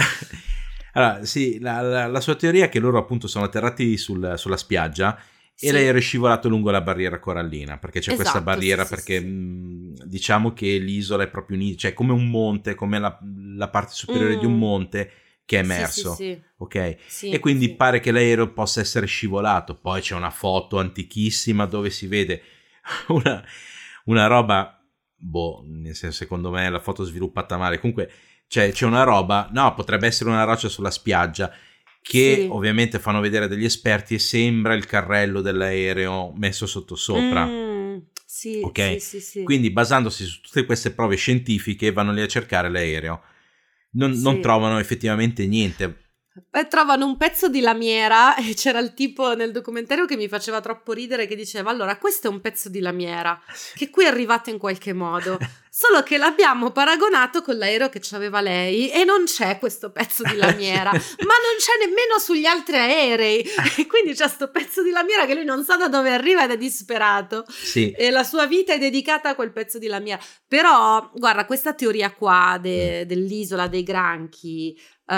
allora sì, la, la, la sua teoria è che loro appunto sono atterrati sul, sulla spiaggia e sì. lei è scivolato lungo la barriera corallina, perché c'è esatto, questa barriera, sì, perché sì, mh, diciamo che l'isola è proprio un, cioè come un monte, come la, la parte superiore mm. di un monte che è emerso, sì, sì, sì. ok? Sì, e quindi sì. pare che l'aereo possa essere scivolato. Poi c'è una foto antichissima dove si vede una, una roba, boh, nel senso, secondo me la foto è sviluppata male, comunque c'è, c'è una roba, no, potrebbe essere una roccia sulla spiaggia, che sì. ovviamente fanno vedere degli esperti e sembra il carrello dell'aereo messo sotto sopra. Mm, sì, ok? Sì, sì, sì. Quindi basandosi su tutte queste prove scientifiche vanno lì a cercare l'aereo. Non, sì. non trovano effettivamente niente. Poi trovano un pezzo di lamiera e c'era il tipo nel documentario che mi faceva troppo ridere, che diceva: allora, questo è un pezzo di lamiera che qui è arrivato in qualche modo, solo che l'abbiamo paragonato con l'aereo che c'aveva lei e non c'è questo pezzo di lamiera, ma non c'è nemmeno sugli altri aerei, e quindi c'è sto pezzo di lamiera che lui non sa da dove arriva ed è disperato, sì. e la sua vita è dedicata a quel pezzo di lamiera. Però guarda, questa teoria qua de, dell'isola dei granchi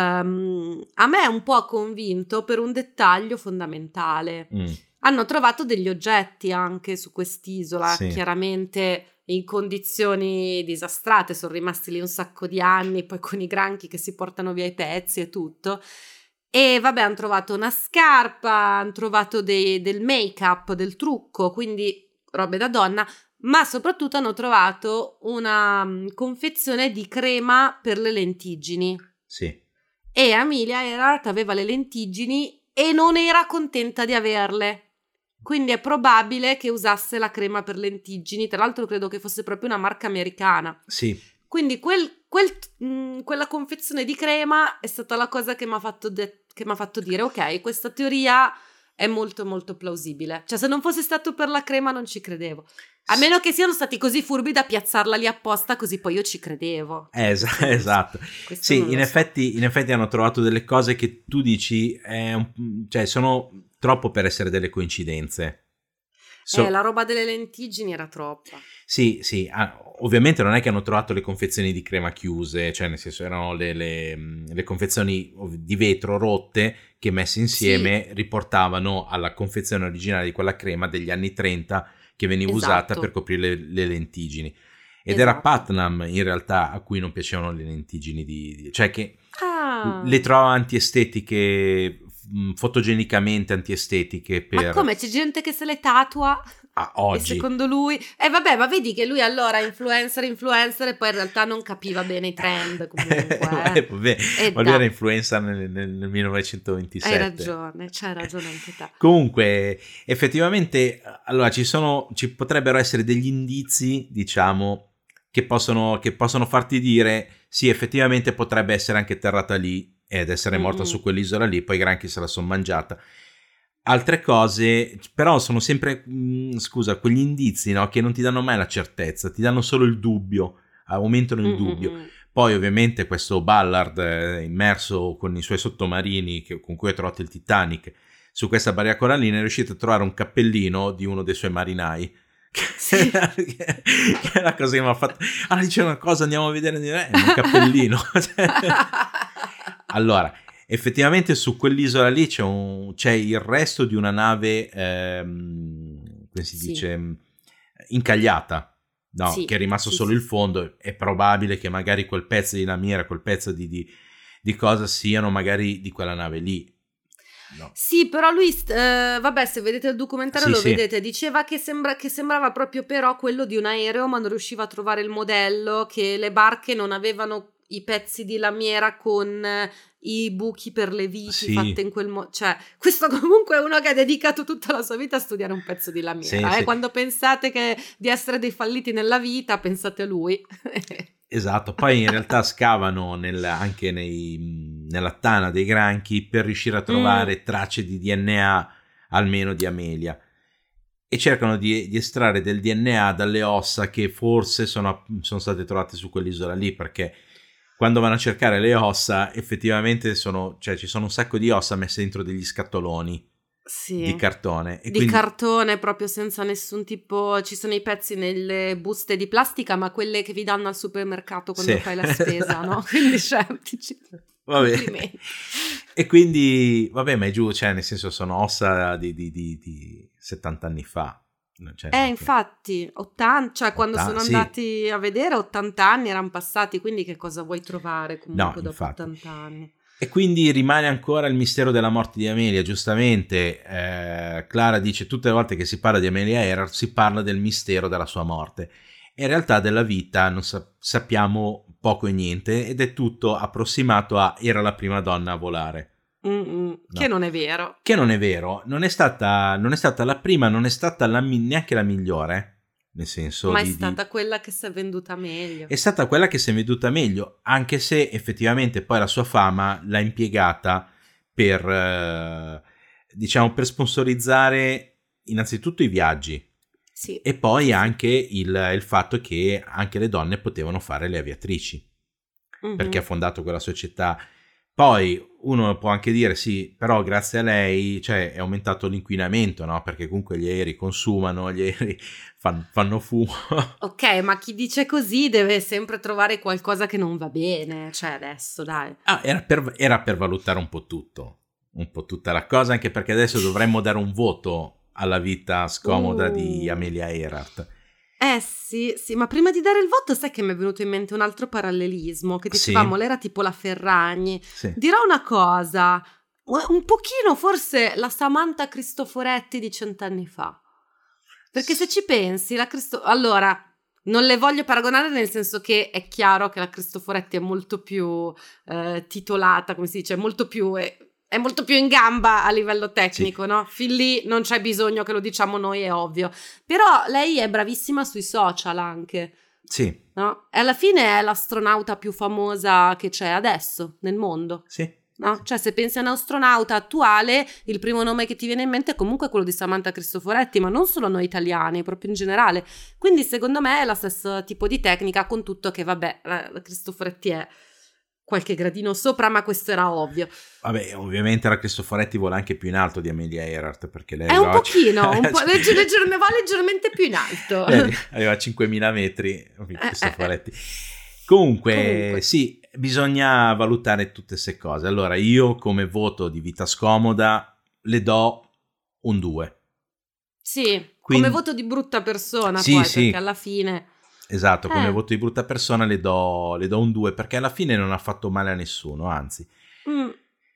Um, a me è un po' convinto per un dettaglio fondamentale. Mm. Hanno trovato degli oggetti anche su quest'isola, sì. chiaramente in condizioni disastrate, sono rimasti lì un sacco di anni, poi con i granchi che si portano via i pezzi e tutto. E vabbè, hanno trovato una scarpa, hanno trovato dei, del make-up, del trucco, quindi robe da donna, ma soprattutto hanno trovato una um, confezione di crema per le lentiggini. Sì. E Amelia Earhart aveva le lentiggini e non era contenta di averle, quindi è probabile che usasse la crema per lentiggini. Tra l'altro credo che fosse proprio una marca americana. Sì. Quindi quel, quel, mh, quella confezione di crema è stata la cosa che mi ha fatto, de- che mi ha fatto dire: ok, questa teoria è molto molto plausibile. Cioè, se non fosse stato per la crema non ci credevo. A meno che siano stati così furbi da piazzarla lì apposta, così poi io ci credevo. Es- esatto. Questo sì, in so. effetti, in effetti hanno trovato delle cose che tu dici, è un, cioè sono troppo per essere delle coincidenze. So- eh, la roba delle lentiggini era troppa. Sì, sì, ah, ovviamente non è che hanno trovato le confezioni di crema chiuse, cioè nel senso erano le, le, le confezioni di vetro rotte che messe insieme sì. riportavano alla confezione originale di quella crema degli anni trenta che veniva esatto. usata per coprire le, le lentiggini. Ed esatto. era Putnam in realtà a cui non piacevano le lentiggini di, di cioè che ah. le trovava antiestetiche, fotogenicamente antiestetiche per... Ma come? C'è gente che se le tatua? Ah, oggi. E secondo lui... Eh vabbè, ma vedi che lui allora influencer, influencer e poi in realtà non capiva bene i trend comunque. eh, vabbè, ma lui era influencer nel, nel, nel millenovecentoventisette. Hai ragione, c'hai ragione anche te. Comunque, effettivamente, allora ci sono, ci potrebbero essere degli indizi, diciamo, che possono, che possono farti dire sì, effettivamente potrebbe essere anche atterrata lì ed essere morta mm-hmm. su quell'isola lì, poi i granchi se la sono mangiata. Altre cose, però sono sempre, mh, scusa, quegli indizi, no? Che non ti danno mai la certezza, ti danno solo il dubbio, aumentano il mm-hmm. dubbio. Poi ovviamente questo Ballard eh, immerso con i suoi sottomarini che, con cui ha trovato il Titanic su questa barriera corallina è riuscito a trovare un cappellino di uno dei suoi marinai. Sì. che è la cosa che mi ha fatto... Ah, dice una cosa, andiamo a vedere, eh, è un cappellino. Allora... effettivamente su quell'isola lì c'è, un, c'è il resto di una nave, ehm, come si sì. dice, incagliata, no? Sì. che è rimasto sì, solo sì. il fondo. È probabile che magari quel pezzo di lamiera, quel pezzo di, di, di cosa siano magari di quella nave lì. No. Sì, però lui, eh, vabbè, se vedete il documentario sì, lo sì. vedete, diceva che, sembra, che sembrava proprio però quello di un aereo, ma non riusciva a trovare il modello, che le barche non avevano i pezzi di lamiera con i buchi per le viti Sì. fatte in quel modo, cioè questo comunque è uno che ha dedicato tutta la sua vita a studiare un pezzo di lamiera, Sì, eh? sì. Quando pensate che di essere dei falliti nella vita, pensate a lui. Esatto, poi in realtà scavano nel, anche nei, nella tana dei granchi per riuscire a trovare Mm. tracce di D N A almeno di Amelia, e cercano di, di estrarre del D N A dalle ossa che forse sono, sono state trovate su quell'isola lì, perché quando vanno a cercare le ossa effettivamente sono, cioè ci sono un sacco di ossa messe dentro degli scatoloni Sì. di cartone e Di quindi cartone proprio senza nessun tipo, ci sono i pezzi nelle buste di plastica, ma quelle che vi danno al supermercato quando Sì. fai la spesa, no? Quindi cioè, dici, Vabbè. complimenti. E quindi vabbè, ma è giù, cioè nel senso sono ossa di, di, di, di settanta anni fa. Cioè, Eh, infatti, ottanta, cioè quando ottanta, sono sì. andati a vedere ottanta anni erano passati, quindi che cosa vuoi trovare comunque No, dopo infatti. ottanta anni? E quindi rimane ancora il mistero della morte di Amelia. Giustamente eh, Clara dice tutte le volte che si parla di Amelia Earhart si parla del mistero della sua morte. In realtà della vita non sa- sappiamo poco e niente, ed è tutto approssimato a era la prima donna a volare. Mm-mm, Che non è vero. Che non è vero, non è stata, non è stata la prima, non è stata la mi- neanche la migliore, nel senso Ma di, è di- stata quella che si è venduta meglio. è stata quella che si è veduta meglio, anche se effettivamente poi la sua fama l'ha impiegata per, eh, diciamo, per sponsorizzare innanzitutto i viaggi Sì. e poi Sì, sì. anche il, il fatto che anche le donne potevano fare le aviatrici, Mhm. perché ha fondato quella società. Poi uno può anche dire sì, però grazie a lei, cioè, è aumentato l'inquinamento, no? Perché comunque gli aerei consumano, gli aerei fan- fanno fumo. Ok, ma chi dice così deve sempre trovare qualcosa che non va bene, cioè adesso dai. Ah, era per, era per valutare un po' tutto, un po' tutta la cosa, anche perché adesso dovremmo dare un voto alla vita scomoda Uh. di Amelia Earhart. Eh sì, sì, ma prima di dare il voto sai che mi è venuto in mente un altro parallelismo, che Sì. dicevamo, lei era tipo la Ferragni. Sì. Dirò una cosa, un pochino forse la Samantha Cristoforetti di cent'anni fa. Perché se ci pensi, la Cristo... Allora, non le voglio paragonare nel senso che è chiaro che la Cristoforetti è molto più eh, titolata, come si dice, molto più... È, è molto più in gamba a livello tecnico, Sì. no? Fin lì non c'è bisogno che lo diciamo noi, è ovvio. Però lei è bravissima sui social anche, Sì, no? E alla fine è l'astronauta più famosa che c'è adesso nel mondo, sì. no? Cioè se pensi a un astronauta attuale, il primo nome che ti viene in mente è comunque quello di Samantha Cristoforetti, ma non solo noi italiani, proprio in generale. Quindi secondo me è lo stesso tipo di tecnica, con tutto che vabbè, la, la Cristoforetti è qualche gradino sopra, ma questo era ovvio. Vabbè, ovviamente la Cristoforetti vola anche più in alto di Amelia Earhart, perché lei È un aveva- pochino, un po', legge, legge, ne va leggermente più in alto. lei aveva cinquemila metri, Cristoforetti. eh. Comunque, Comunque. sì, bisogna valutare tutte queste cose. Allora, io come voto di vita scomoda le do un due. Sì, Quindi- come voto di brutta persona Sì, poi, sì. perché alla fine... Esatto, come Eh. voto di brutta persona le do, le do un due, perché alla fine non ha fatto male a nessuno, anzi. Mm,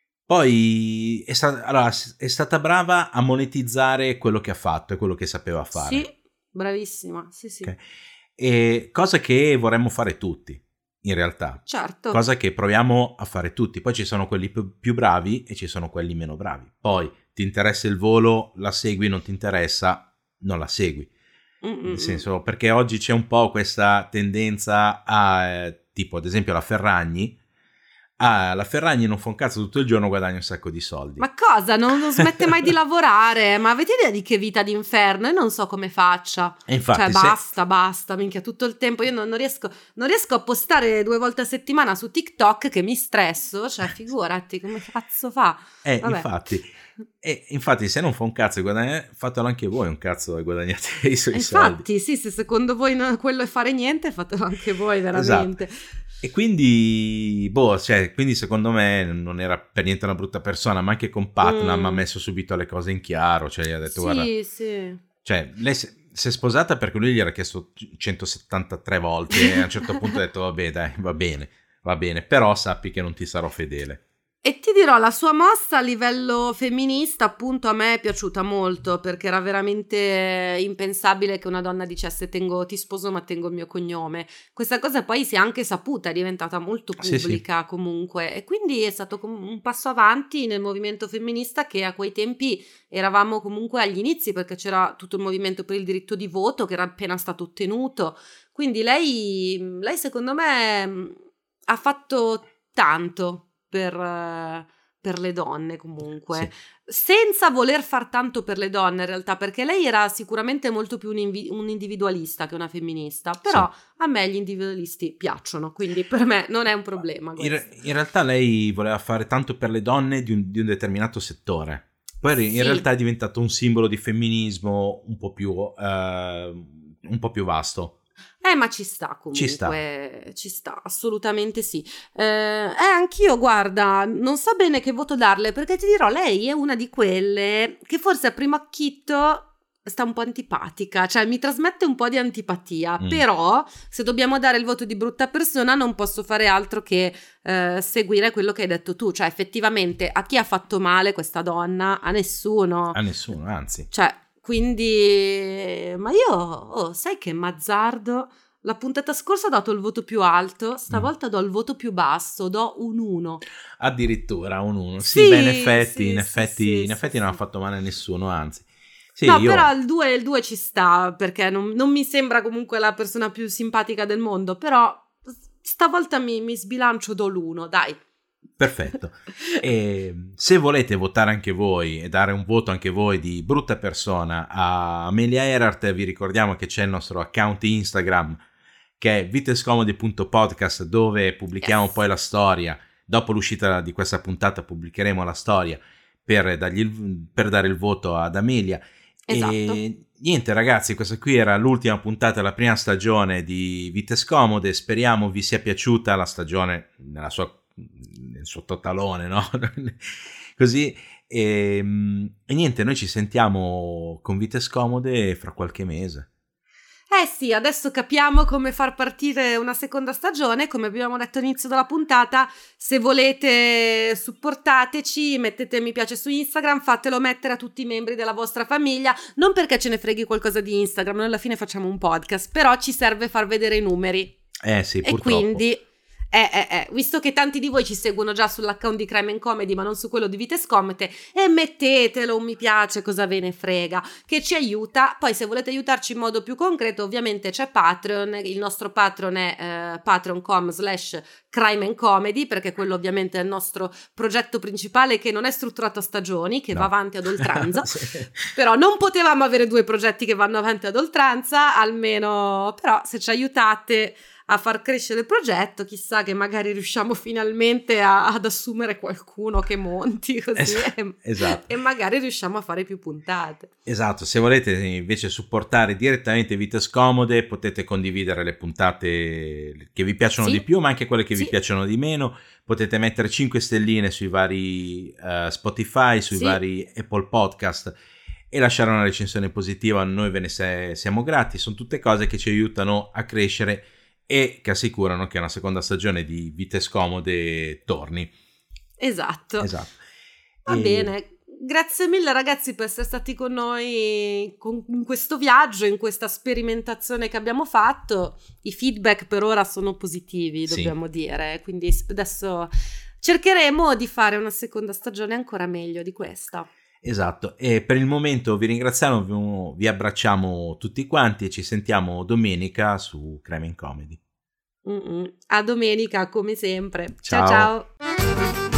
Poi è, sta- allora, è stata brava a monetizzare quello che ha fatto e quello che sapeva fare. sì, bravissima, sì sì, Ok. E cosa che vorremmo fare tutti, in realtà. certo. Cosa che proviamo a fare tutti. Poi ci sono quelli più, più bravi e ci sono quelli meno bravi. Poi ti interessa il volo, la segui, non ti interessa, non la segui. Mm-mm. Nel senso, perché oggi c'è un po' questa tendenza a, eh, tipo ad esempio la Ferragni, ah, la Ferragni non fa un cazzo tutto il giorno, guadagna un sacco di soldi. Ma cosa? Non, non smette mai di lavorare? Ma avete idea di che vita d'inferno? Io non so come faccia. E infatti, Cioè se- basta, basta, minchia, tutto il tempo io non, non riesco, non riesco a postare due volte a settimana su TikTok che mi stresso, cioè figurati come cazzo fa. eh, Vabbè. infatti, e infatti se non fa un cazzo e guadagna, fatelo anche voi un cazzo e guadagnate i suoi E soldi. infatti, sì, se secondo voi no- quello è fare niente, fatelo anche voi veramente. E quindi, boh, cioè, quindi secondo me non era per niente una brutta persona, ma anche con Putnam Mm. ha messo subito le cose in chiaro, cioè gli ha detto, guarda, Sì, sì. cioè, lei si, si è sposata perché lui gli era chiesto centosettantatré volte e a un certo punto ha detto, vabbè dai, va bene, va bene, però sappi che non ti sarò fedele. E ti dirò, la sua mossa a livello femminista appunto a me è piaciuta molto, perché era veramente impensabile che una donna dicesse tengo, ti sposo ma tengo il mio cognome. Questa cosa poi si è anche saputa, è diventata molto pubblica, sì, sì. Comunque, e quindi è stato un passo avanti nel movimento femminista, che a quei tempi eravamo comunque agli inizi, perché c'era tutto il movimento per il diritto di voto che era appena stato ottenuto. Quindi lei, lei secondo me ha fatto tanto Per, per le donne comunque, sì. Senza voler far tanto per le donne in realtà, perché lei era sicuramente molto più un, invi- un individualista che una femminista, però sì. A me gli individualisti piacciono, quindi per me non è un problema in, in realtà lei voleva fare tanto per le donne di un, di un determinato settore, poi sì. In realtà è diventato un simbolo di femminismo un po' più uh, un po' più vasto. Eh, ma ci sta comunque, ci sta, ci sta assolutamente sì. Eh, eh, anch'io, guarda, non so bene che voto darle, perché ti dirò, lei è una di quelle che forse a primo acchito sta un po' antipatica, cioè mi trasmette un po' di antipatia, mm. però se dobbiamo dare il voto di brutta persona non posso fare altro che eh, seguire quello che hai detto tu, cioè effettivamente a chi ha fatto male questa donna? A nessuno. A nessuno, anzi. Cioè, quindi, ma io, oh, sai che Mazzardo, la puntata scorsa ho dato il voto più alto, stavolta mm. do il voto più basso, do un uno. Addirittura un uno. Sì, sì, beh, in effetti, sì, in effetti, sì, in sì, effetti sì, non sì. ha fatto male a nessuno, anzi. Sì, no, io... però il due, il due ci sta, perché non, non mi sembra comunque la persona più simpatica del mondo, però stavolta mi, mi sbilancio, do l'uno, dai. Perfetto. E se volete votare anche voi e dare un voto anche voi di brutta persona a Amelia Earhart, vi ricordiamo che c'è il nostro account Instagram che è vitescomodi punto podcast, dove pubblichiamo yes. poi la storia. Dopo l'uscita di questa puntata pubblicheremo la storia per, dargli il, per dare il voto ad Amelia. Esatto. E niente ragazzi, questa qui era l'ultima puntata della prima stagione di Vite Scomode. Speriamo vi sia piaciuta la stagione nella sua nel suo totalone, no? Così e, e niente, noi ci sentiamo con Vite Scomode fra qualche mese. Eh sì, adesso capiamo come far partire una seconda stagione, come abbiamo detto all'inizio della puntata. Se volete supportateci, mettete mi piace su Instagram, fatelo mettere a tutti i membri della vostra famiglia, non perché ce ne freghi qualcosa di Instagram, noi alla fine facciamo un podcast, però ci serve far vedere i numeri. Eh sì, purtroppo. E quindi... Eh, eh, eh, visto che tanti di voi ci seguono già sull'account di Crime and Comedy ma non su quello di Vite Scomode, e mettetelo un mi piace, cosa ve ne frega, che ci aiuta. Poi se volete aiutarci in modo più concreto ovviamente c'è Patreon, il nostro Patreon è eh, patreon punto com slash crime and comedy, perché quello ovviamente è il nostro progetto principale, che non è strutturato a stagioni, che no. va avanti ad oltranza. Sì. Però non potevamo avere due progetti che vanno avanti ad oltranza, almeno, però se ci aiutate a far crescere il progetto, chissà che magari riusciamo finalmente a, ad assumere qualcuno che monti così esatto, e, esatto. e magari riusciamo a fare più puntate. Esatto, se volete invece supportare direttamente Vite Scomode potete condividere le puntate che vi piacciono sì. di più, ma anche quelle che sì. vi piacciono di meno. Potete mettere cinque stelline sui vari uh, Spotify, sui sì. vari Apple Podcast e lasciare una recensione positiva, noi ve ne se- siamo grati. Sono tutte cose che ci aiutano a crescere e che assicurano che una seconda stagione di Vite Scomode torni. Esatto. Esatto. Va e... bene. Grazie mille ragazzi per essere stati con noi con, in questo viaggio, in questa sperimentazione che abbiamo fatto. I feedback per ora sono positivi, dobbiamo sì. dire, quindi adesso cercheremo di fare una seconda stagione ancora meglio di questa. Esatto, e per il momento vi ringraziamo, vi abbracciamo tutti quanti e ci sentiamo domenica su Crime and Comedy. Mm-mm. A domenica come sempre. Ciao ciao. ciao.